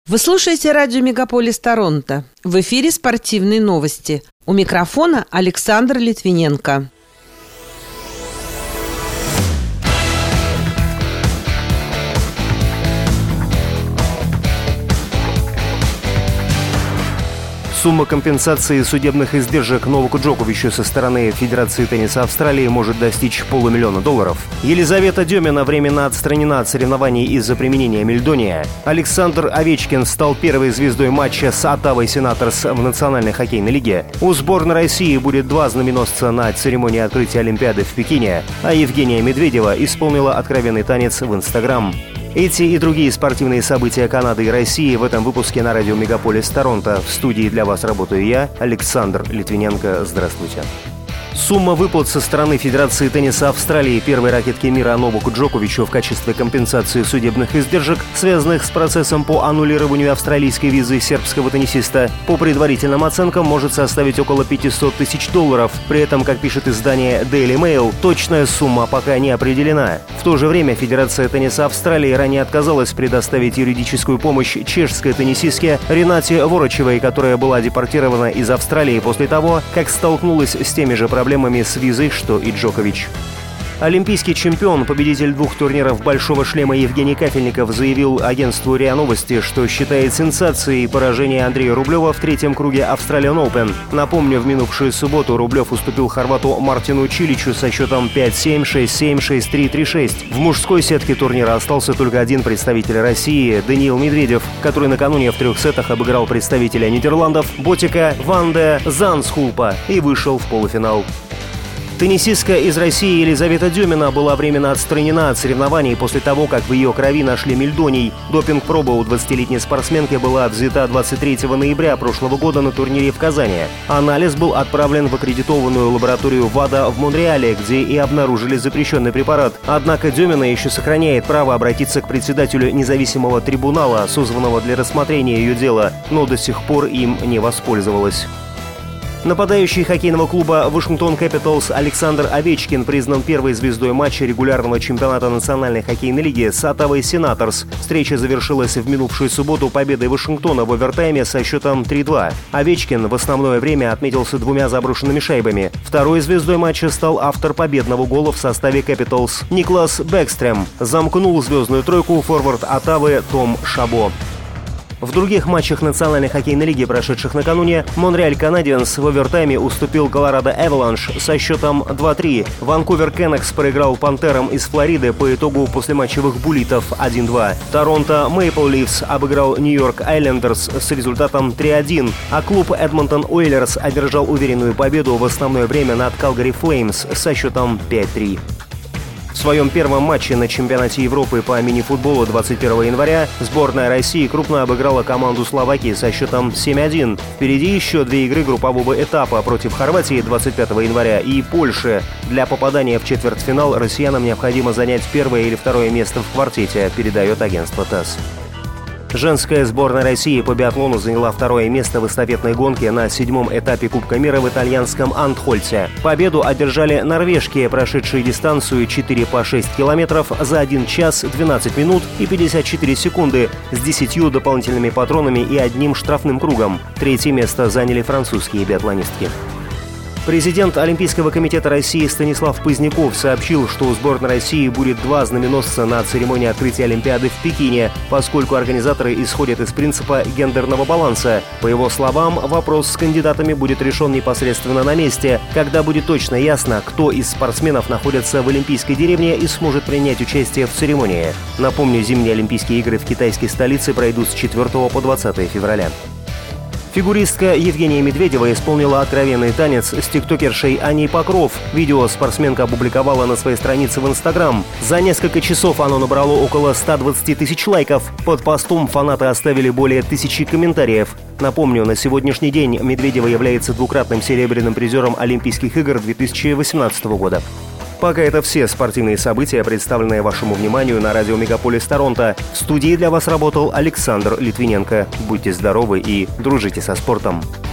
Вы слушаете радио «Мегаполис Торонто». В эфире спортивные новости. У микрофона Александр Литвиненко. Сумма компенсации судебных издержек Новаку Джоковичу со стороны Федерации тенниса Австралии может достичь $500 000. Елизавета Демина временно отстранена от соревнований из-за применения мельдония. Александр Овечкин стал первой звездой матча с Оттавой Сенаторс в Национальной хоккейной лиге. У сборной России будет 2 знаменосца на церемонии открытия Олимпиады в Пекине, а Евгения Медведева исполнила откровенный танец в Инстаграм. Эти и другие спортивные события Канады и России в этом выпуске на радио «Мегаполис Торонто». В студии для вас работаю я, Александр Литвиненко. Здравствуйте. Сумма выплат со стороны Федерации тенниса Австралии первой ракетки мира Новаку Джоковичу в качестве компенсации судебных издержек, связанных с процессом по аннулированию австралийской визы сербского теннисиста, по предварительным оценкам может составить около $500 000. При этом, как пишет издание Daily Mail, точная сумма пока не определена. В то же время Федерация тенниса Австралии ранее отказалась предоставить юридическую помощь чешской теннисистке Ренате Ворочевой, которая была депортирована из Австралии после того, как столкнулась с теми же проблемами с визой, что и Джокович. Олимпийский чемпион, победитель 2 турниров «Большого шлема» Евгений Кафельников заявил агентству РИА Новости, что считает сенсацией поражение Андрея Рублева в 3-м круге Australian Open. Напомню, в минувшую субботу Рублев уступил хорвату Мартину Чиличу со счетом 5-7, 6-7, 6-3, 3-6. В мужской сетке турнира остался только один представитель России – Даниил Медведев, который накануне в 3 сетах обыграл представителя Нидерландов Ботика ван де Зандschulp и вышел в полуфинал. Теннисистка из России Елизавета Демина была временно отстранена от соревнований после того, как в ее крови нашли мельдоний. Допинг-проба у 20-летней спортсменки была взята 23 ноября прошлого года на турнире в Казани. Анализ был отправлен в аккредитованную лабораторию ВАДА в Монреале, где и обнаружили запрещенный препарат. Однако Демина еще сохраняет право обратиться к председателю независимого трибунала, созванного для рассмотрения ее дела, но до сих пор им не воспользовалась. Нападающий хоккейного клуба Вашингтон Кэпиталс Александр Овечкин признан первой звездой матча регулярного чемпионата Национальной хоккейной лиги с Оттавой Сенаторс. Встреча завершилась в минувшую субботу победой Вашингтона в овертайме со счетом 3-2. Овечкин в основное время отметился 2 заброшенными шайбами. Второй звездой матча стал автор победного гола в составе Кэпиталс Никлас Бэкстрем. Замкнул звездную тройку форвард Оттавы Том Шабо. В других матчах Национальной хоккейной лиги, прошедших накануне, Монреаль Канадиенс в овертайме уступил Колорадо Эваланш со счетом 2-3. Ванкувер Кеннекс проиграл Пантерам из Флориды по итогу послематчевых буллитов 1-2. Торонто Мейпл Ливс обыграл Нью-Йорк Айлендерс с результатом 3-1, а клуб Эдмонтон Ойлерс одержал уверенную победу в основное время над Калгари Флеймс со счетом 5-3. В своем первом матче на чемпионате Европы по мини-футболу 21 января сборная России крупно обыграла команду Словакии со счетом 7-1. Впереди еще 2 игры группового этапа против Хорватии 25 января и Польши. Для попадания в четвертьфинал россиянам необходимо занять 1-е или 2-е место в квартете, передает агентство ТАСС. Женская сборная России по биатлону заняла 2-е место в эстафетной гонке на 7-м этапе Кубка мира в итальянском Антхольце. Победу одержали норвежки, прошедшие дистанцию 4 по 6 километров за 1 час 12 минут и 54 секунды с 10 дополнительными патронами и 1 штрафным кругом. 3-е место заняли французские биатлонистки. Президент Олимпийского комитета России Станислав Поздняков сообщил, что у сборной России будет 2 знаменосца на церемонии открытия Олимпиады в Пекине, поскольку организаторы исходят из принципа гендерного баланса. По его словам, вопрос с кандидатами будет решен непосредственно на месте, когда будет точно ясно, кто из спортсменов находится в Олимпийской деревне и сможет принять участие в церемонии. Напомню, зимние Олимпийские игры в китайской столице пройдут с 4 по 20 февраля. Фигуристка Евгения Медведева исполнила откровенный танец с тиктокершей Аней Покров. Видео спортсменка опубликовала на своей странице в Инстаграм. За несколько часов оно набрало около 120 000 лайков. Под постом фанаты оставили более 1000 комментариев. Напомню, на сегодняшний день Медведева является 2-кратным серебряным призером Олимпийских игр 2018 года. Пока это все спортивные события, представленные вашему вниманию на радио «Мегаполис Торонто». В студии для вас работал Александр Литвиненко. Будьте здоровы и дружите со спортом.